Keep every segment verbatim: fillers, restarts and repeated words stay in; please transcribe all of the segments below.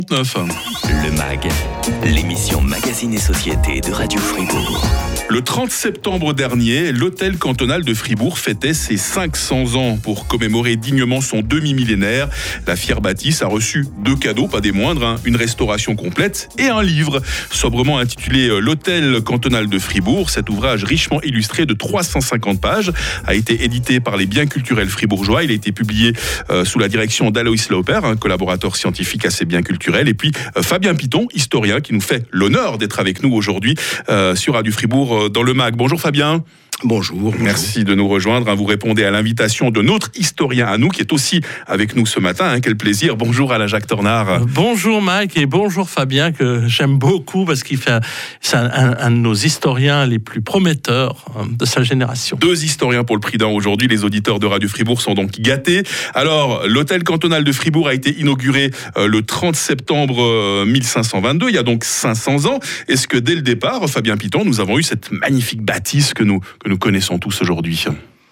Le MAG, l'émission Magazine et Société de Radio Fribourg. Le trente septembre dernier, l'hôtel cantonal de Fribourg fêtait ses cinq cents ans. Pour commémorer dignement son demi-millénaire, la fière bâtisse a reçu deux cadeaux, pas des moindres, hein, une restauration complète et un livre, sobrement intitulé « L'hôtel cantonal de Fribourg ». Cet ouvrage richement illustré de trois cent cinquante pages a été édité par les Biens culturels fribourgeois. Il a été publié euh, sous la direction d'Alois Lauper, un collaborateur scientifique à ces biens culturels, et puis euh, Fabien Piton, historien, qui nous fait l'honneur d'être avec nous aujourd'hui euh, sur Radio Fribourg euh, dans le MAG. Bonjour Fabien. Bonjour. Merci de nous rejoindre. Vous répondez à l'invitation de notre historien à nous, qui est aussi avec nous ce matin. Quel plaisir. Bonjour Alain Jacques Tornard. Bonjour Mike et bonjour Fabien, que j'aime beaucoup parce qu'il fait, c'est un, un, un de nos historiens les plus prometteurs de sa génération. Deux historiens pour le prix d'un aujourd'hui. Les auditeurs de Radio Fribourg sont donc gâtés. Alors, l'hôtel cantonal de Fribourg a été inauguré euh, le trente septembre euh, mille cinq cent vingt-deux, il y a donc cinq cents ans. Est-ce que dès le départ, Fabien Piton, nous avons eu cette magnifique bâtisse que nous, que nous connaissons tous aujourd'hui?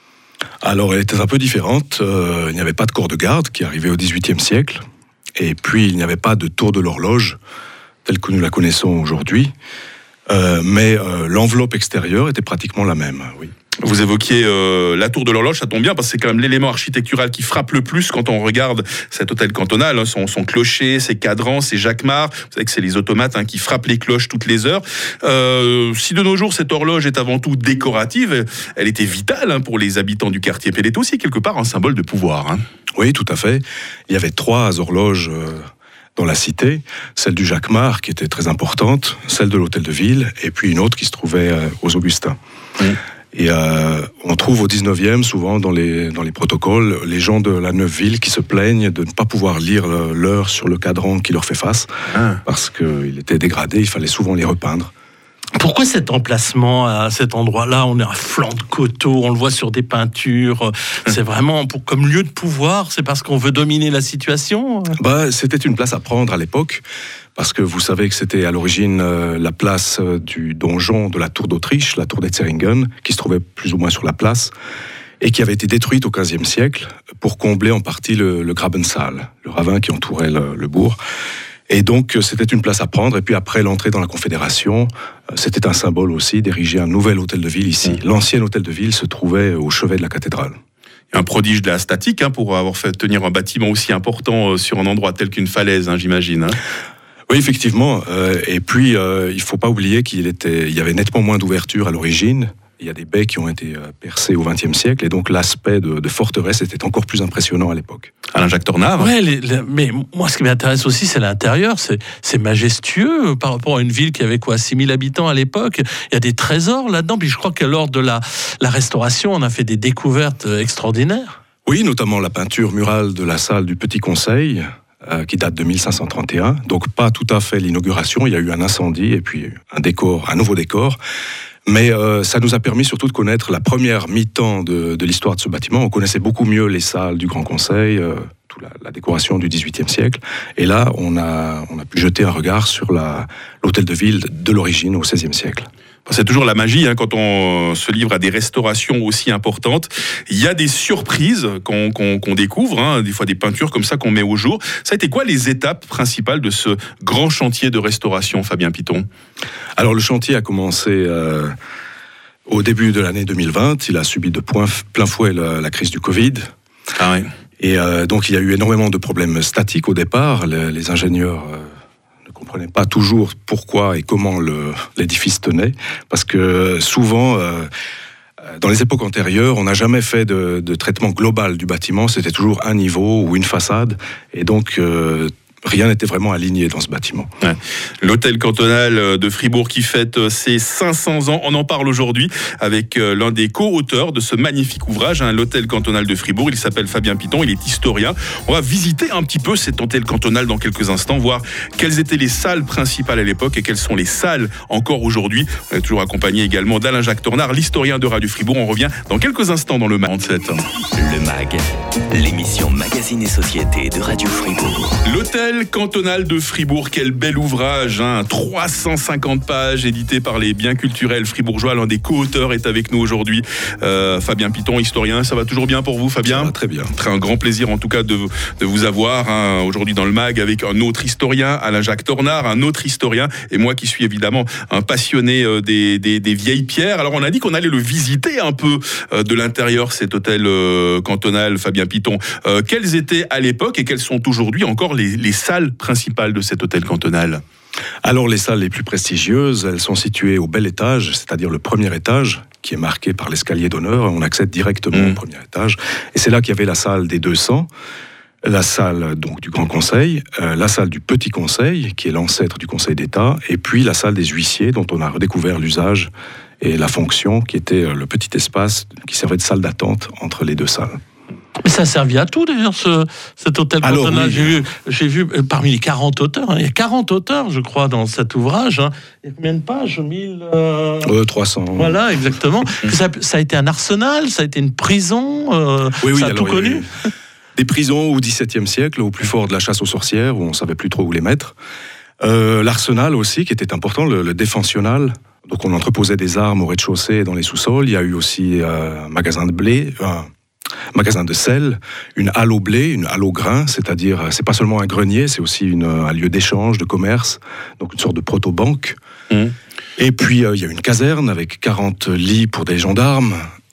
Alors, elle était un peu différente. Euh, il n'y avait pas de corps de garde qui arrivait au dix-huitième siècle. Et puis, il n'y avait pas de tour de l'horloge telle que nous la connaissons aujourd'hui. Euh, mais euh, l'enveloppe extérieure était pratiquement la même, oui. Vous évoquiez euh, la tour de l'horloge, ça tombe bien parce que c'est quand même l'élément architectural qui frappe le plus quand on regarde cet hôtel cantonal, hein, son, son clocher, ses cadrans, ses jacquemart. Vous savez que c'est les automates hein, qui frappent les cloches toutes les heures. Euh, si de nos jours cette horloge est avant tout décorative, elle était vitale hein, pour les habitants du quartier. Mais elle est aussi quelque part un symbole de pouvoir. Hein. Oui, tout à fait. Il y avait trois horloges euh, dans la cité. Celle du jacquemart qui était très importante, celle de l'hôtel de ville et puis une autre qui se trouvait euh, aux Augustins. Mmh. Et euh, on trouve au dix-neuvième, souvent dans les, dans les protocoles, les gens de la Neufville qui se plaignent de ne pas pouvoir lire l'heure sur le cadran qui leur fait face, ah. parce qu'il était dégradé, il fallait souvent les repeindre. Pourquoi cet emplacement à cet endroit-là? On est à flanc de coteau, on le voit sur des peintures. C'est vraiment pour, comme lieu de pouvoir. C'est parce qu'on veut dominer la situation? Bah, c'était une place à prendre à l'époque, parce que vous savez que c'était à l'origine euh, la place euh, du donjon de la tour d'Autriche, la tour d'Etzeringen, qui se trouvait plus ou moins sur la place, et qui avait été détruite au quinzième siècle pour combler en partie le, le Grabensaal, le ravin qui entourait le, le bourg. Et donc, c'était une place à prendre. Et puis après l'entrée dans la Confédération, c'était un symbole aussi d'ériger un nouvel hôtel de ville ici. Mmh. L'ancien hôtel de ville se trouvait au chevet de la cathédrale. Un prodige de la statique hein, pour avoir fait tenir un bâtiment aussi important sur un endroit tel qu'une falaise, hein, j'imagine. Hein. Oui, effectivement. Euh, et puis, euh, il ne faut pas oublier qu'il était, il y avait nettement moins d'ouverture à l'origine. Il y a des baies qui ont été percées au vingtième siècle, et donc l'aspect de, de forteresse était encore plus impressionnant à l'époque. Alain Jacques Tornard. Ouais, les, les, mais moi, ce qui m'intéresse aussi, c'est l'intérieur. C'est, c'est majestueux par rapport à une ville qui avait quoi, six mille habitants à l'époque. Il y a des trésors là-dedans. Puis je crois que lors de la, la restauration, on a fait des découvertes extraordinaires. Oui, notamment la peinture murale de la salle du Petit Conseil, euh, qui date de mille cinq cent trente et un. Donc pas tout à fait l'inauguration. Il y a eu un incendie et puis un décor, un nouveau décor. Mais euh, ça nous a permis surtout de connaître la première mi-temps de, de l'histoire de ce bâtiment. On connaissait beaucoup mieux les salles du Grand Conseil, euh, toute la, la décoration du dix-huitième siècle. Et là, on a, on a pu jeter un regard sur la, l'hôtel de ville de l'origine au seizième siècle. C'est toujours la magie hein, quand on se livre à des restaurations aussi importantes. Il y a des surprises qu'on, qu'on, qu'on découvre, hein, des fois des peintures comme ça qu'on met au jour. Ça a été quoi les étapes principales de ce grand chantier de restauration, Fabien Piton? Alors le chantier a commencé euh, au début de l'année deux mille vingt. Il a subi de point, plein fouet la, la crise du Covid. Ah ouais. Et euh, donc il y a eu énormément de problèmes statiques au départ. Les, les ingénieurs... Euh, ne comprenaient pas toujours pourquoi et comment le, l'édifice tenait, parce que souvent, euh, dans les époques antérieures, on n'a jamais fait de, de traitement global du bâtiment, c'était toujours un niveau ou une façade, et donc euh, rien n'était vraiment aligné dans ce bâtiment. Ouais. L'hôtel cantonal de Fribourg qui fête ses cinq cents ans, on en parle aujourd'hui avec l'un des co-auteurs de ce magnifique ouvrage, hein, l'hôtel cantonal de Fribourg. Il s'appelle Fabien Piton, il est historien. On va visiter un petit peu cet hôtel cantonal dans quelques instants, voir quelles étaient les salles principales à l'époque et quelles sont les salles encore aujourd'hui. On est toujours accompagné également d'Alain Jacques Tornard, l'historien de Radio Fribourg. On revient dans quelques instants dans le MAG. Le MAG, l'émission Magazine et Société de Radio Fribourg. L'hôtel L'hôtel cantonal de Fribourg, quel bel ouvrage, hein, trois cent cinquante pages, édité par les Biens culturels fribourgeois. L'un des co-auteurs est avec nous aujourd'hui, euh, Fabien Piton, historien. Ça va toujours bien pour vous, Fabien ? Ça va très bien. Très un grand plaisir en tout cas de, de vous avoir hein, aujourd'hui dans le mag avec un autre historien, Alain-Jacques Tornard, un autre historien, et moi qui suis évidemment un passionné euh, des, des, des vieilles pierres. Alors on a dit qu'on allait le visiter un peu euh, de l'intérieur, cet hôtel euh, cantonal, Fabien Piton. Euh, quelles étaient à l'époque et quelles sont aujourd'hui encore les, les salles principales de cet hôtel cantonal ? Alors les salles les plus prestigieuses, elles sont situées au bel étage, c'est-à-dire le premier étage, qui est marqué par l'escalier d'honneur. On accède directement mmh. au premier étage. Et c'est là qu'il y avait la salle des deux cents, la salle donc du Grand Conseil, euh, la salle du Petit Conseil, qui est l'ancêtre du Conseil d'État, et puis la salle des huissiers, dont on a redécouvert l'usage et la fonction, qui était le petit espace qui servait de salle d'attente entre les deux salles. Mais ça a servi à tout d'ailleurs, ce, cet hôtel cantonal. Oui. J'ai vu, j'ai vu euh, parmi les quarante auteurs, hein, il y a quarante auteurs, je crois, dans cet ouvrage. Hein. Il y a combien de pages mille euh... euh, trois cents. Voilà, exactement. ça, ça a été un arsenal, ça a été une prison, euh, oui, oui, ça a alors, tout connu. Oui. Des prisons au dix-septième siècle, au plus fort de la chasse aux sorcières, où on ne savait plus trop où les mettre. Euh, l'arsenal aussi, qui était important, le, le défensionnal. Donc on entreposait des armes au rez-de-chaussée et dans les sous-sols. Il y a eu aussi euh, un magasin de blé, un magasin de sel, une halle au blé, une halle au grain, c'est-à-dire c'est pas seulement un grenier, c'est aussi une, un lieu d'échange, de commerce, donc une sorte de proto-banque. Mmh. Et puis euh, il y a une caserne avec quarante lits pour des gendarmes.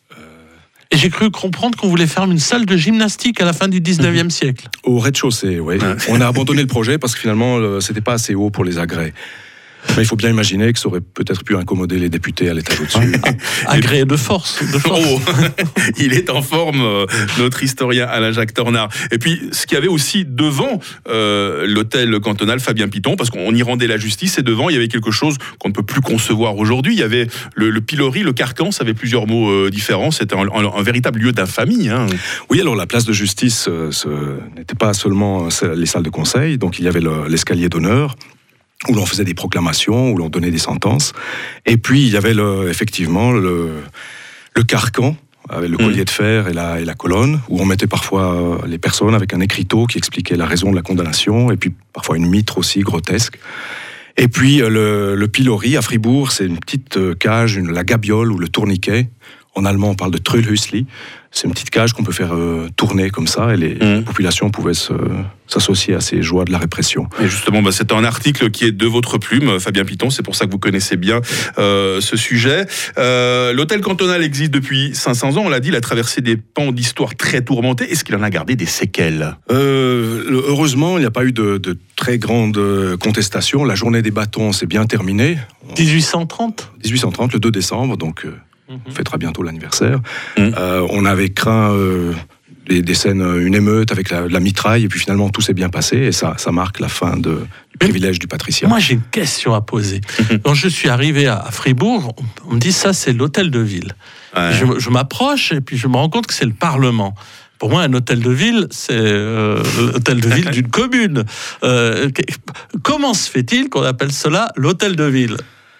Et j'ai cru comprendre qu'on voulait faire une salle de gymnastique à la fin du dix-neuvième siècle. Au rez-de-chaussée, oui. On a abandonné le projet parce que finalement, euh, c'était pas assez haut pour les agrès. Mais il faut bien imaginer que ça aurait peut-être pu incommoder les députés à l'étage au-dessus. Agrès de force, de force. Oh, il est en forme, euh, notre historien Alain-Jacques Tornard. Et puis, ce qu'il y avait aussi devant euh, l'hôtel cantonal Fabien Piton, parce qu'on y rendait la justice, et devant, il y avait quelque chose qu'on ne peut plus concevoir aujourd'hui. Il y avait le, le pilori, le carcan, ça avait plusieurs mots euh, différents. C'était un, un, un véritable lieu d'infamie. Hein. Oui, alors la place de justice euh, ce n'était pas seulement les salles de conseil, donc il y avait le, l'escalier d'honneur, où l'on faisait des proclamations, où l'on donnait des sentences. Et puis, il y avait le, effectivement le, le carcan, avec le collier de fer et la, et la colonne, où on mettait parfois les personnes avec un écriteau qui expliquait la raison de la condamnation, et puis parfois une mitre aussi grotesque. Et puis, le, le pilori, à Fribourg, c'est une petite cage, une, la gabiole ou le tourniquet. En allemand, on parle de Trüllhüsli. C'est une petite cage qu'on peut faire euh, tourner comme ça, et les mmh. populations pouvaient se, s'associer à ces joies de la répression. Et justement, bah, c'est un article qui est de votre plume, Fabien Piton, c'est pour ça que vous connaissez bien euh, ce sujet. Euh, l'hôtel cantonal existe depuis cinq cents ans, on l'a dit, il a traversé des pans d'histoire très tourmentés. Est-ce qu'il en a gardé des séquelles ? euh, Heureusement, il n'y a pas eu de, de très grande contestation. La journée des bâtons s'est bien terminée. dix-huit cent trente dix-huit cent trente, le deux décembre, donc... Euh, on fêtera bientôt l'anniversaire. Mmh. Euh, on avait craint euh, des, des scènes, une émeute avec la, la mitraille, et puis finalement tout s'est bien passé, et ça, ça marque la fin de, du privilège du patriciat. Moi j'ai une question à poser. Quand je suis arrivé à, à Fribourg, on me dit ça c'est l'hôtel de ville. Ouais. Je, je m'approche et puis je me rends compte que c'est le Parlement. Pour moi, un hôtel de ville, c'est euh, l'hôtel de ville d'une commune. Euh, comment se fait-il qu'on appelle cela l'hôtel de ville ?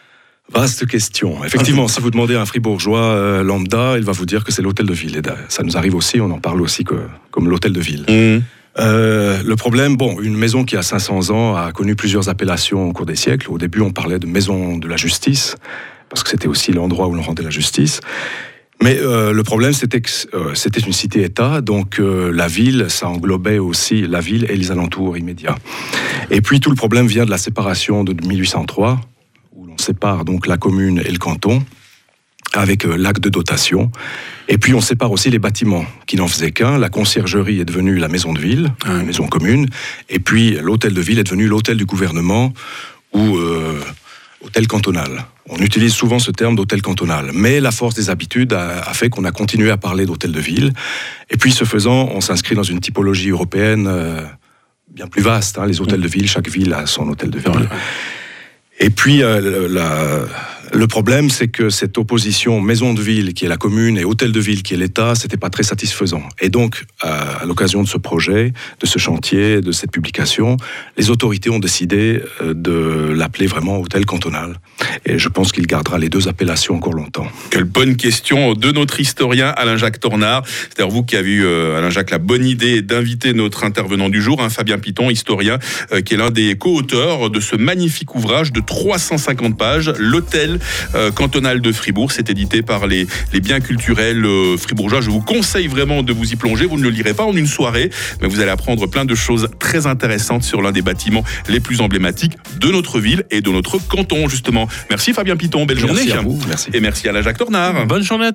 Vaste question. Effectivement, si vous demandez à un fribourgeois euh, lambda, il va vous dire que c'est l'hôtel de ville. Et ça nous arrive aussi, on en parle aussi que, comme l'hôtel de ville. Mmh. Euh, le problème, bon, une maison qui a cinq cents ans a connu plusieurs appellations au cours des siècles. Au début, on parlait de maison de la justice, parce que c'était aussi l'endroit où l'on rendait la justice. Mais euh, le problème, c'était que euh, c'était une cité-État, donc euh, la ville, ça englobait aussi la ville et les alentours immédiats. Et puis tout le problème vient de la séparation de mille huit cent trois, on sépare donc la commune et le canton avec euh, l'acte de dotation. Et puis on sépare aussi les bâtiments qui n'en faisaient qu'un. La conciergerie est devenue la maison de ville, la maison commune. Et puis l'hôtel de ville est devenu l'hôtel du gouvernement ou euh, hôtel cantonal. On utilise souvent ce terme d'hôtel cantonal. Mais la force des habitudes a, a fait qu'on a continué à parler d'hôtel de ville. Et puis ce faisant, on s'inscrit dans une typologie européenne euh, bien plus vaste. Hein. Les hôtels de ville, chaque ville a son hôtel de ville. Et puis, euh, la, Le problème, c'est que cette opposition maison de ville, qui est la commune, et hôtel de ville, qui est l'État, c'était pas très satisfaisant. Et donc, à l'occasion de ce projet, de ce chantier, de cette publication, les autorités ont décidé de l'appeler vraiment hôtel cantonal. Et je pense qu'il gardera les deux appellations encore longtemps. Quelle bonne question de notre historien Alain-Jacques Tornard. C'est d'ailleurs vous qui avez eu, euh, Alain-Jacques, la bonne idée d'inviter notre intervenant du jour, hein, Fabien Piton, historien, euh, qui est l'un des co-auteurs de ce magnifique ouvrage de trois cent cinquante pages, l'hôtel euh, cantonal de Fribourg. C'est édité par les, les biens culturels euh, fribourgeois. Je vous conseille vraiment de vous y plonger. Vous ne le lirez pas en une soirée, mais vous allez apprendre plein de choses très intéressantes sur l'un des bâtiments les plus emblématiques de notre ville et de notre canton, justement. Merci Fabien Piton, belle Merci journée. à vous. Merci. Et merci à Alain-Jacques Tornard. Bonne journée à